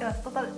は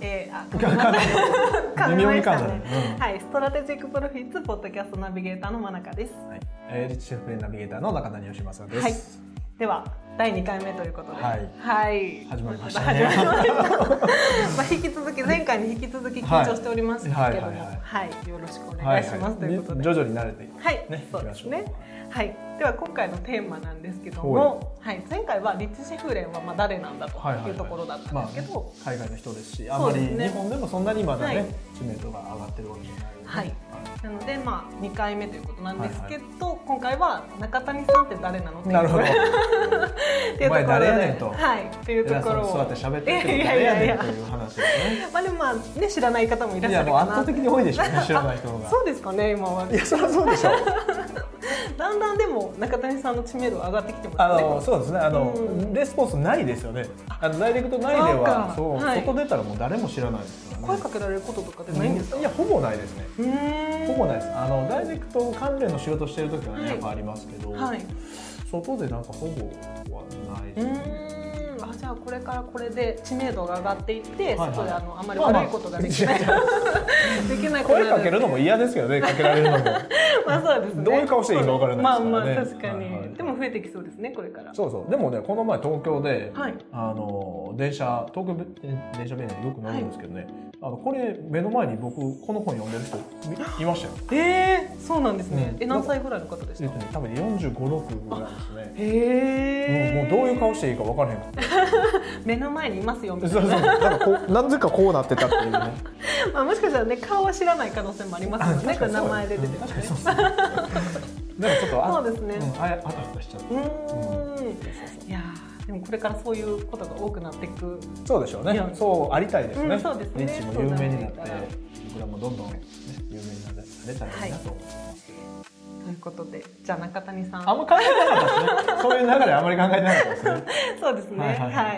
微妙に噛んだね。 はい、ストラテジックプロフィッツポッドキャストナビゲーターの真中です。 はい、リッチシェフレナビゲーターの中谷義正です。 はい、では第2回目ということで、 はい、 はい、 始まりましたね。 引き続き前回に引き続き緊張しておりますけども、はい、よろしくお願いします、ということで、 徐々に慣れて、 はい、そうですね。はい、では今回のテーマなんですけども、はい、前回はリッチシェフレンは誰なんだというところだったんですけど、 海外の人ですし、あまり日本でもそんなにまだね、知名度が上がってるわけじゃない。 はい、なので2回目ということなんですけど、今回は中谷さんって誰なのっていうところっていうところで、 誰やねんと、 はい、っていうところを座って喋ってるけど誰やねんという話ですね。 でもね、知らない方もいらっしゃるかな。 いや、もう圧倒的に多いでしょうね、知らない人が。 そうですかね、今は。 いや、そりゃそうでしょう。 だんだんでも中谷さんの知名度上がってきてますね。 そうですね、レスポンスないですよね。ダイレクトないでは、外出たらもう誰も知らないですからね。 声かけられることとかってないんですか？ いや、ほぼないですね。ほぼないです。ダイレクト関連の仕事してる時はね、やっぱありますけど、外でなんかほぼはないですね。 じゃあこれからこれで知名度が上がっていって、そこであまり悪いことができない、できない声かけるのも嫌ですけどね、かけられるのも。 そうですね。 どういう顔していいか分からないですからね。 確かに。でも増えてきそうですね、これから。 そうそう。でもね、この前東京で電車、東京電車便でよく乗るんですけどね、これ目の前に僕この本読んでる人いましたよ。 そうなんですね。何歳ぐらいの方でした？ 多分45、6ぐらいですね。 もうどういう顔していいか分からへん。 目の前にいますよみたいな。 そうそう。なんでかこうなってたっていうね。 もしかしたらね、顔は知らない可能性もありますよね。これ名前で出てますね。 でもちょっとそうですね。 あたふたしちゃう。 いやでもこれからそういうことが多くなっていく。 そうでしょうね。そうありたいですね。 そうですね。 リッチも有名になって、僕らもどんどん有名になれたらいいなと思いますけど。 ということで、じゃあ中谷さん。 あんま考えてなかったですね。そういう流れあまり考えてなかったですね。 そうですね。はい。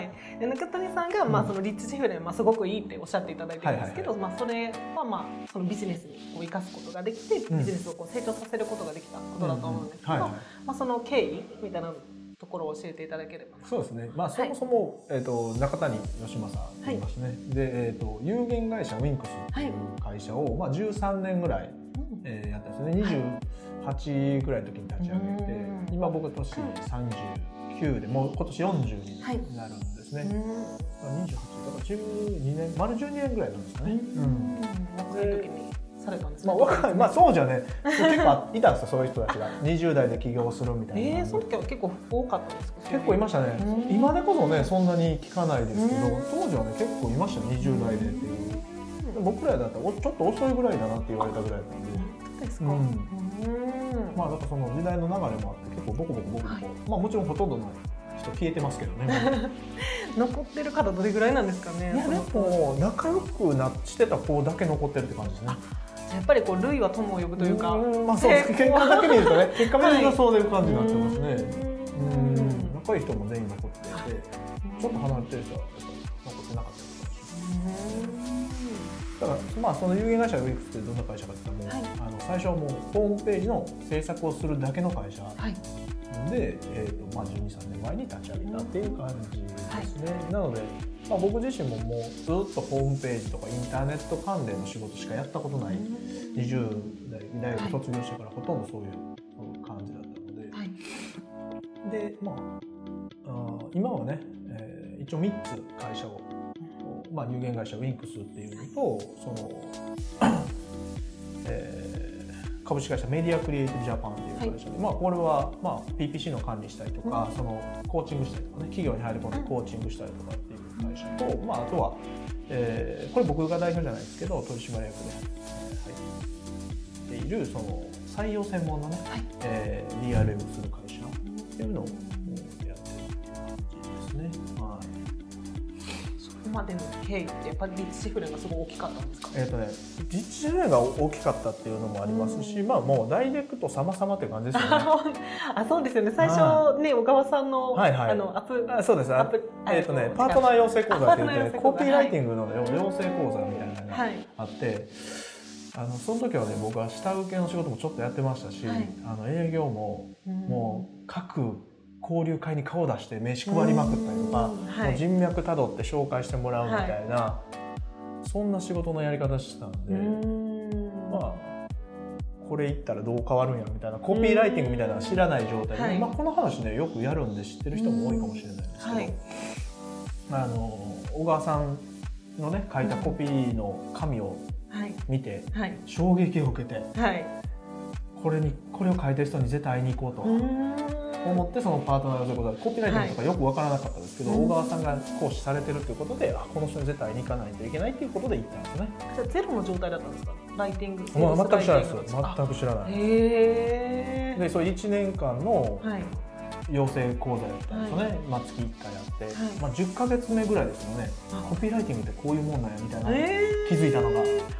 中谷さんがそのリッチシェフレンすごくいいっておっしゃっていただいてるんですけど、それはそのビジネスに生かすことができて、ビジネスを成長させることができたことだと思うんですけど、その経緯みたいなところを教えていただければ。 そうですね。そもそも中谷義正と言いますね。で、有限会社ウィンクスという会社を13年ぐらいやったんですね。28ぐらいの時に立ち上げて、今僕年39でもう今年40になるんですね。28だから12年、丸12年ぐらいなんですかね。 若い時にされたんですね。 そうじゃね、結構いたんですよ、そういう人たちが20代で起業するみたいな。 その時は結構多かったですか？ 結構いましたね。今でこそね、そんなに聞かないですけど、当時はね結構いましたね、20代でっていう。僕らだったらちょっと遅いぐらいだなって言われたぐらいなんで。 ですか？ だからその時代の流れもあって結構ボコボコもちろんほとんどの人消えてますけどね。 残ってる方どれぐらいなんですかね？ いやでも仲良くしてた子だけ残ってるって感じですね。 やっぱり類は友を呼ぶというか、 そうです。結果だけ見るとね、結果見るとそういう感じになってますね。仲いい人も全員残ってて、ちょっと離れてる人はやっぱ残ってなかったりとかします。だからその有限会社ウィークスってどんな会社かって言ったらもう、最初はもうホームページの制作をするだけの会社で、12、3年前に立ち上げたっていう感じですね。なので、僕自身ももうずっとホームページとかインターネット関連の仕事しかやったことない20代大学卒業してからほとんどそういう感じだったので、で今はね、一応3つ会社を有限会社ウィンクスっていうのと株式会社メディアクリエイティブジャパンっていう会社で、これはPPC の管理したりとか、そのコーチングしたりとかね、企業に入り込んでコーチングしたりとかっていう会社と、あとは、これ僕が代表じゃないですけど取締役で入っているその採用専門のね、DRM する会社っていうのをやってるっていう感じですね。 までの経緯ってやっぱりリッチシェフレンがすごい大きかったんですか？ リッチシェフレンが大きかったっていうのもありますし、もうダイレクト様々っていう感じですよね。 そうですよね。最初ね、小川さんのそうです。パートナー養成講座って言ってコピーライティングの養成講座みたいなのがあって、その時はね、僕は下請けの仕事もちょっとやってましたし、営業ももう各交流会に顔出して名刺配りまくったりとか、もう人脈たどって紹介してもらうみたいなそんな仕事のやり方してたんで、まあこれ言ったらどう変わるんやろみたいな、コピーライティングみたいなの知らない状態で、まあ、この話ねよくやるんで知ってる人も多いかもしれないんですけど、小川さんのね書いたコピーの紙を見て、衝撃を受けて、これを書いてる人に絶対会いに行こうと思って、そのパートナーということでコピーライティングとかよく分からなかったですけど、小川さんが講師されてるということで、この人に絶対会いに行かないといけないということで行ったんですね。 じゃあゼロの状態だったんですか、ライティング。 全く知らないです。全く知らない。でそれ1年間の養成講座やったんですよね、月1回やって、10ヶ月目ぐらいですよね、コピーライティングってこういうもんなんやみたいな、気づいたのが、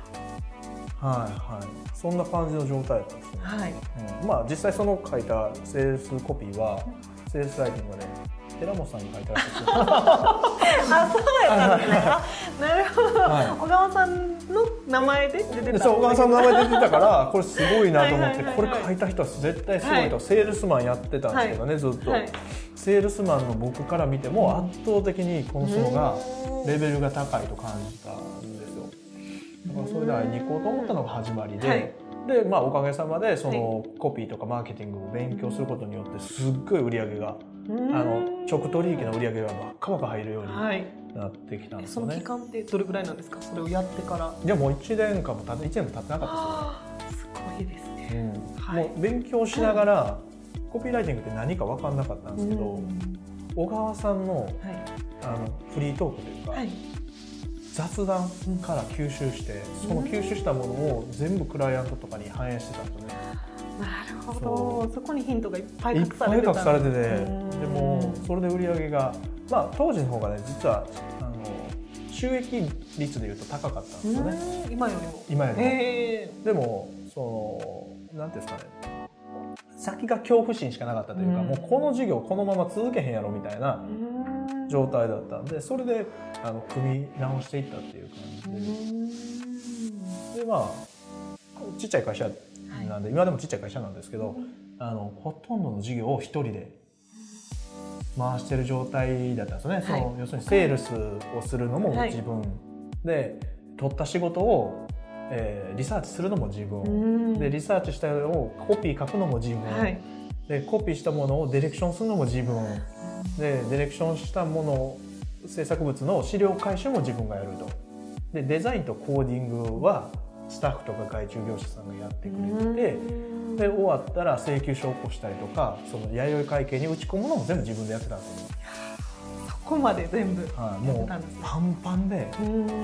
そんな感じの状態だったんですね。まあ実際その書いたセールスコピーはセールスライティングで寺本さんに書いてあるんですよ。 そうやったんですね。なるほど。小川さんの名前で出てた。 そう、小川さんの名前出てたからこれすごいなと思って、これ書いた人は絶対すごいと、セールスマンやってたんですけどね、ずっと。セールスマンの僕から見ても圧倒的にこの人がレベルが高いと感じたんですよ。だからそれで会いに行こうと思ったのが始まりで、まあおかげさまでそのコピーとかマーケティングを勉強することによってすっごい売り上げが直取引の売り上げがばっかばか入るようになってきたんですよね。 その期間ってどれぐらいなんですか、それをやってから。 いやもう1年も経ってなかったですよ。 すごいですね。 もう勉強しながらコピーライティングって何か分かんなかったんですけど、小川さんのフリートークというか、雑談から吸収して、その吸収したものを全部クライアントとかに反映してたんですよね。 なるほど。そこにヒントがいっぱい隠されてて、 でもそれで売り上げが、まあ当時の方がね実は収益率でいうと高かったんですよね。 今よりも。 でもそのなんていうんですかね、先が恐怖心しかなかったというか、もうこの事業このまま続けへんやろみたいな状態だったんで、それで組み直していったっていう感じで、まあちっちゃい会社なんで、今でもちっちゃい会社なんですけど、ほとんどの事業を一人で回してる状態だったんですよね。その要するにセールスをするのも自分で、取った仕事をリサーチするのも自分で、リサーチしたのをコピー書くのも自分、でコピーしたものをディレクションするのも自分で、ディレクションしたもの制作物の資料回収も自分がやると。でデザインとコーディングはスタッフとか外注業者さんがやってくれて、で終わったら請求書を起こしたりとか、その弥生会計に打ち込むのも全部自分でやってたんですよ。 そこまで全部やってたんですね。 もうパンパンで、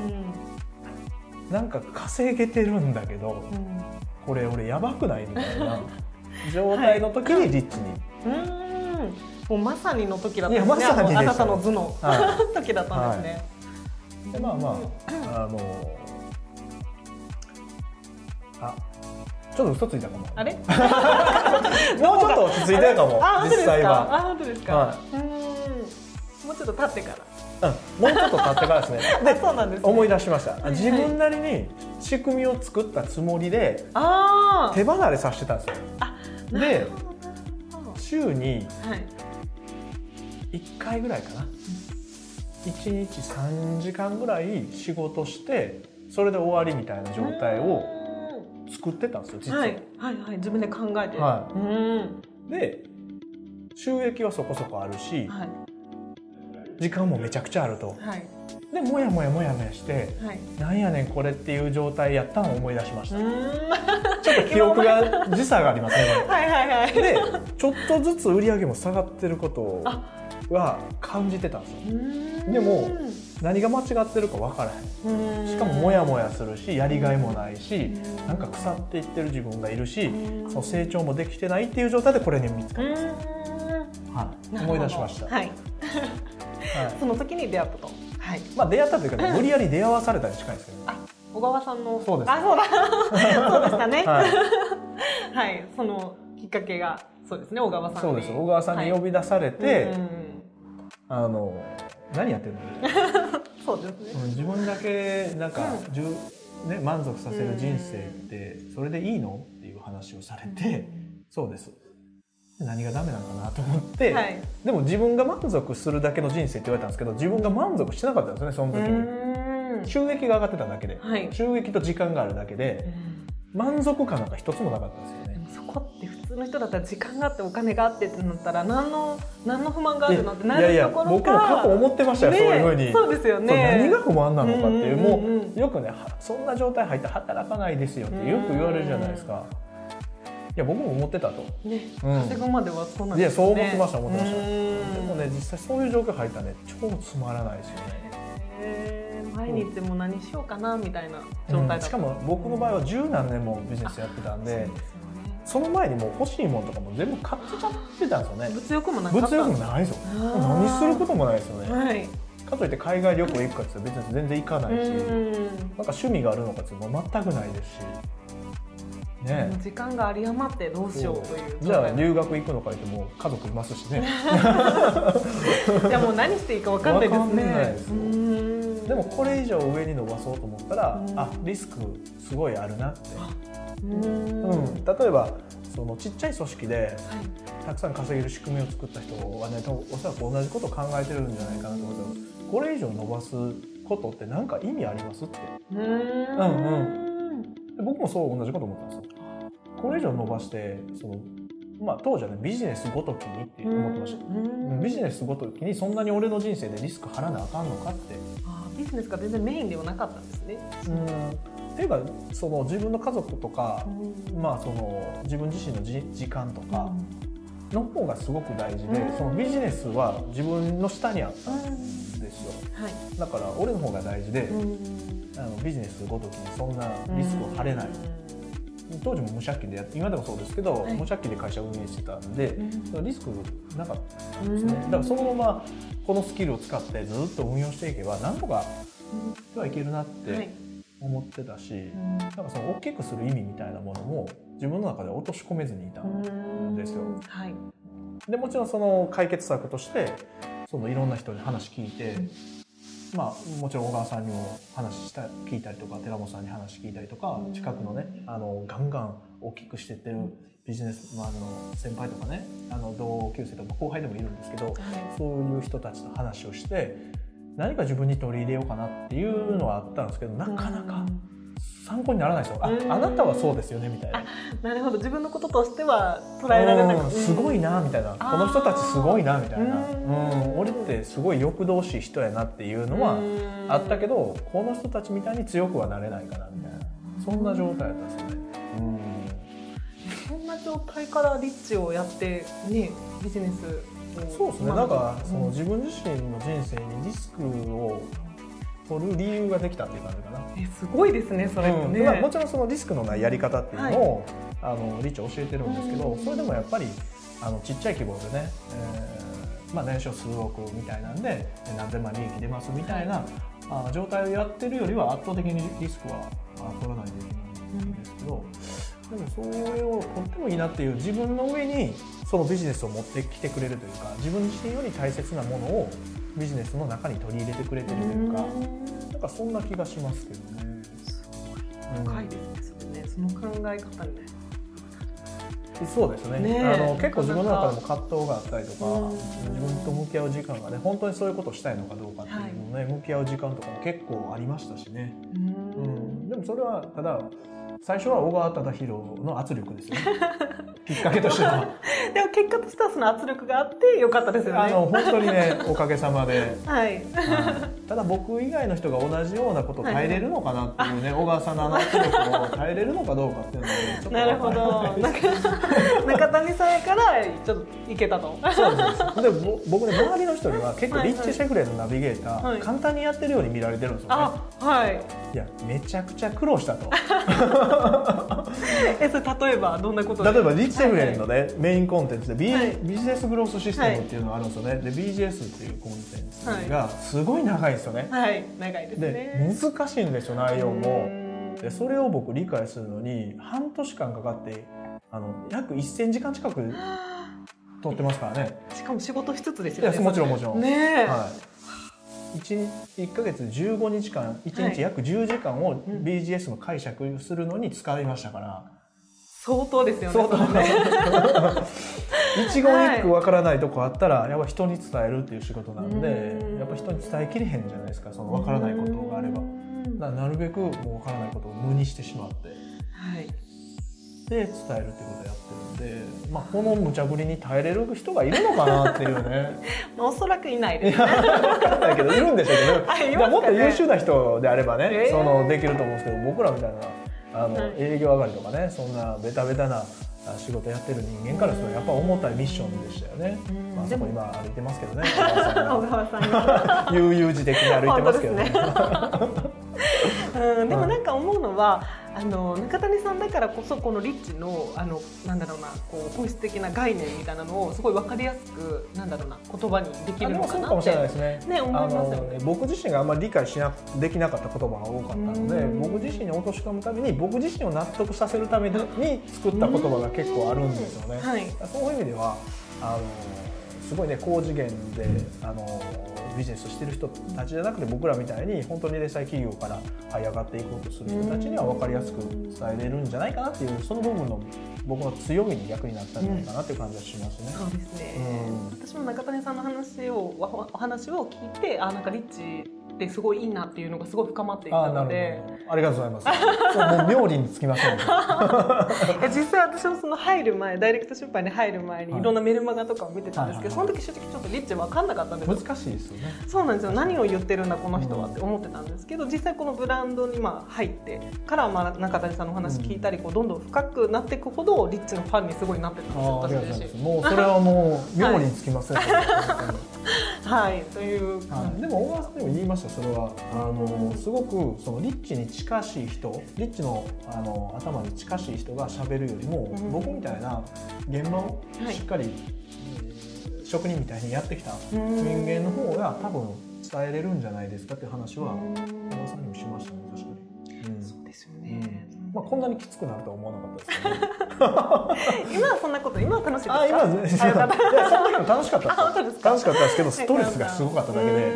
なんか稼げてるんだけど、これ俺やばくないみたいな状態の時にリッチに、 もうまさにの時だったんですね。あなたの図の時だったんですね。 でまあまあちょっと嘘ついたかも。 あれ？ もうちょっと落ち着いてるかも。実際は。 本当ですか。もうちょっと経ってから。 もうちょっと経ってからですね。 で、そうなんですね。 思い出しました。自分なりに仕組みを作ったつもりで手離れさせてたんですよ。で、週に1回ぐらいかな。1日3時間ぐらい仕事して、それで終わりみたいな状態を作ってたんですよ、実は。 自分で考えて。 で、収益はそこそこあるし、時間もめちゃくちゃあると。でもやもやして、なんやねんこれっていう状態やったのを思い出しました。ちょっと記憶が時差がありますね。で、ちょっとずつ売り上げも下がってることは感じてたんですよ。でも何が間違ってるか分からへん。しかもモヤモヤするし、やりがいもないし、なんか腐っていってる自分がいるし、その成長もできてないっていう状態でこれに見つかりました。思い出しました。 その時に出会ったと。 まあ出会ったというか、無理やり出会わされたに近いですけどね。 小川さんの。 そうです。 そうだ。そうでしたね。そのきっかけがそうですね、小川さんに。 そうです。小川さんに呼び出されて、何やってるの？ そうですね。 自分だけなんか満足させる人生ってそれでいいのっていう話をされて、そうです。何がダメなのかなと思って、でも自分が満足するだけの人生って言われたんですけど、自分が満足してなかったんですね、その時に。 収益が上がってただけで、 はい、 収益と時間があるだけで、満足感なんか一つもなかったですよね。 そこって普通の人だったら時間があってお金があってってなったら何の不満があるのってなるところが、 僕も過去思ってましたよ、そういうふうに。 そうですよね。 何が不満なのかっていう、もうよくね、そんな状態入って働かないですよってよく言われるじゃないですか。いや僕も思ってたと、 稼ぐまではそうなんですよね。いやそうね。 思ってましたでもね、実際そういう状況入ったらね、超つまらないですよね。 毎日も何しようかなみたいな状態だった、 しかも僕の場合は十何年もビジネスやってたんで、その前にもう欲しいものとかも全部買っちゃってたんですよね。 物欲もなかった。 物欲もないですよ。何することもないですよね、 はい、 かといって海外旅行行くかって別に全然行かないし、なんか趣味があるのかっていうのも全くないですしね、 時間が有り余ってどうしようという。 じゃあ留学行くのかっても家族いますしね。 いやもう何していいか分かんないですね。 分かんないですよ。でもこれ以上上に伸ばそうと思ったら、リスクすごいあるなって。例えばそのちっちゃい組織でたくさん稼げる仕組みを作った人はね、おそらく同じことを考えてるんじゃないかなと思うんですけど、これ以上伸ばすことって何か意味ありますって。僕もそう同じこと思ったんですよ。これ以上伸ばして当時はね、ビジネスごときにって思ってました。ビジネスごときにそんなに俺の人生でリスク張らなあかんのかって。 ビジネスが全然メインではなかったんですね。 っていうか自分の家族とか、自分自身の時間とかの方がすごく大事で、そのビジネスは自分の下にあったんですよ。だから俺の方が大事で、ビジネスごときにそんなリスクを張れない。当時も無借金で今でもそうですけど、無借金で会社を運営してたんで、リスクなかったんですね。だからそのままこのスキルを使ってずっと運用していけばなんとかはいけるなって思ってたし、なんかその大きくする意味みたいなものも自分の中で落とし込めずにいたんですよ。でもちろんその解決策としていろんな人に話聞いて、もちろん小川さんにも聞いたりとか、寺本さんに話聞いたりとか、近くのねガンガン大きくしてってるビジネスマンの先輩とかね、同級生とか後輩でもいるんですけど、そういう人たちと話をして何か自分に取り入れようかなっていうのはあったんですけど、なかなか参考にならないですよ。あなたはそうですよねみたいな。 なるほど、自分のこととしては捉えられなかった。 すごいなみたいな、この人たちすごいなみたいな、俺ってすごい欲々しい人やなっていうのはあったけど、この人たちみたいに強くはなれないかなみたいな、そんな状態だったんですよね。 そんな状態からリッチをやってね、ビジネスそうですね。なんか自分自身の人生にリスクを取る理由ができたっていう感じかな。 すごいですね、それもね。 もちろんそのリスクのないやり方っていうのを、リッチは教えてるんですけど、それでもやっぱりちっちゃい規模でね、年商数億みたいなんで何千万利益出ますみたいな状態をやってるよりは圧倒的にリスクは取らないといけないんですけど、でもそれをとってもいいなっていう、自分の上にそのビジネスを持ってきてくれるというか、自分自身より大切なものをビジネスの中に取り入れてくれてるというか、なんかそんな気がしますけどね。 深いですね、その考え方にね。 そうですね。結構自分の中でも葛藤があったりとか、自分と向き合う時間がね、本当にそういうことをしたいのかどうかっていうのをね、向き合う時間とかも結構ありましたしね。でもそれはただ最初は小川忠宏の圧力ですよね。きっかけとしては。 でも結果としてはその圧力があってよかったですよね。 本当にね、おかげさまで。ただ僕以外の人が同じようなことを耐えれるのかなっていうね、小川さんの圧力を耐えれるのかどうかっていうのはちょっとなるほど。中谷さんからちょっといけたと。 そうです。で僕ね、周りの人には結構リッチ・シェフレンのナビゲーター、簡単にやってるように見られてるんですよね。いや、めちゃくちゃ苦労したと。 それ例えばどんなことで？例えばリッチ・シェフレンのね、メインコンテンツでビジネスグロースシステムっていうのがあるんですよね。で BGS っていうコンテンツがすごい長いですよね。 長いですね。 で難しいんですよ、内容も。でそれを僕理解するのに半年間かかって約1000時間近く取ってますからね。しかも仕事しつつですよね。 もちろんもちろん。 ね。 1ヶ月15日間、1日約10時間を BGS の解釈するのに使いましたから。 相当ですよね。 一言一句わからないとこあったらやっぱ人に伝えるっていう仕事なんで、やっぱ人に伝えきれへんじゃないですか、そのわからないことがあれば。 だからなるべくもう分からないことを無にしてしまって、 はい、 で伝えるってことをやってるんで、まあ、この無茶ぶりに耐えれる人がいるのかなっていうねおそらくいないですね。 分からないけどいるんでしょうけど、ね、もっと優秀な人であればね、できると思うんですけど、僕らみたいな営業上がりとかね、そんなベタベタな仕事やってる人間からするとやっぱ重たいミッションでしたよね。まあ、そこ今歩いてますけどね、小川さんが悠々自適に歩いてますけどね。 でもなんか思うのは、中谷さんだからこそこのリッチのなんだろうな、こう本質的な概念みたいなのをすごい分かりやすくなんだろうな言葉にできるのかなって。 そうかもしれないですね。 ね、思いますよね。 僕自身があんまり理解できなかった言葉が多かったので、僕自身に落とし込むために僕自身を納得させるために作った言葉が結構あるんですよね。はい、そういう意味ではすごいね高次元でビジネスしてる人たちじゃなくて、僕らみたいに本当に零細企業から這い上がっていこうとする人たちには分かりやすく伝えれるんじゃないかなっていう、その部分の僕の強みに逆になったんじゃないかなっていう感じがしますね。 そうですね、私も中谷さんのお話を聞いて、なんかリッチってすごいいいなっていうのがすごい深まっていったので、 ありがとうございます。もう妙利につきません、ね、 実際私もその入る前、ダイレクト出版に入る前にいろんなメルマガとかを見てたんですけど、その時正直ちょっとリッチ分かんなかったんですよ。 難しいですよね。 そうなんですよ。何を言ってるんだこの人はって思ってたんですけど、実際このブランドに入ってから中谷さんの話聞いたり、どんどん深くなっていくほどリッチのファンにすごいなってたんですよ、私自身。 もうそれはもう妙利につきません、ね。 はい、というでも小川さんでも言いました、それはすごくそのリッチに近しい人、リッチの頭に近しい人が喋るよりも、僕みたいな現場をしっかり、職人みたいにやってきた人間の方が多分伝えれるんじゃないですかっていう話は小川さんにもしましたね、確かに。 そうですよね。 まあ、こんなにきつくなるとは思わなかったですけど、 今はそんなこと、今は楽しいですか？ 今はその時も楽しかったです。楽しかったですけど、ストレスがすごかっただけで。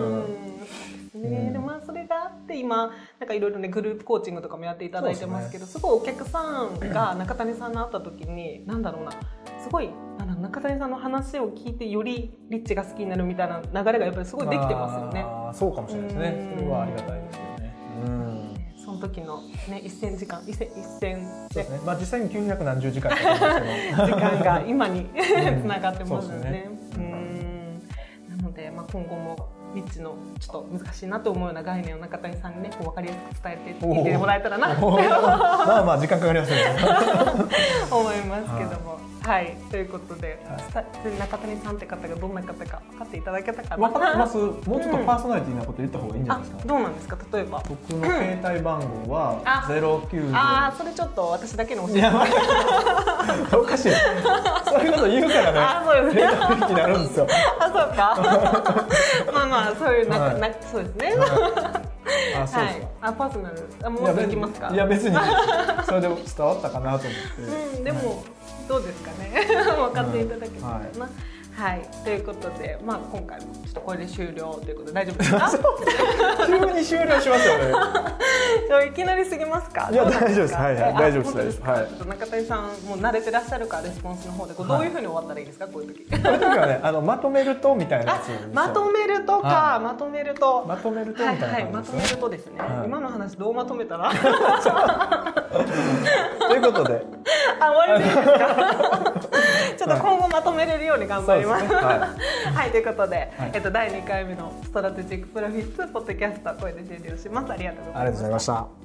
でもそれがあって今なんかいろいろねグループコーチングとかもやっていただいてますけど、すごいお客さんが中谷さんに会った時になんだろうな、すごい中谷さんの話を聞いてよりリッチが好きになるみたいな流れがやっぱりすごいできてますよね。 そうかもしれないですね。それはありがたいですよね。 その時のね1000時間そうですね。 まあ実際に900何十時間かかるんですけど、 時間が今につながってますよね。なので今後もリッチのちょっと難しいなと思うような概念を中谷さんにね分かりやすく伝えていってもらえたらなまあ時間かかりますね思いますけども、はい、ということで、中谷さんって方がどんな方か分かっていただけたかな。 分かってます。もうちょっとパーソナリティなこと言った方がいいんじゃないですか。 どうなんですか。例えば僕の携帯番号は090。 それちょっと私だけの教えて。 おかしい。そういうこと言うからね。 そうですね。 変な雰囲気になるんですよ。 そうか。まあそういうそうですね。 そうですか。 パーソナルもっといきますか。 いや別にそれで伝わったかなと思って。 でもどうですかね。分かっていただけたらな。はい、ということで、今回もちょっとこれで終了ということで大丈夫ですか？ 急に終了しますよね。 いきなりすぎますか？ いや大丈夫です。はいはい、大丈夫です。はい。 中谷さんもう慣れてらっしゃるからレスポンスの方でどういう風に終わったらいいですか？こういう時。 こういう時はね、まとめるとみたいなやつ。 まとめるとか、まとめるとみたいな感じですね。 まとめるとですね。今の話どうまとめたら？ ということで。 終わりでいいですか？ちょっと今後まとめれるように頑張ります。はい、ということで、第2回目のストラテジックプロフィッツポッドキャストこれで終了します。ありがとうございました。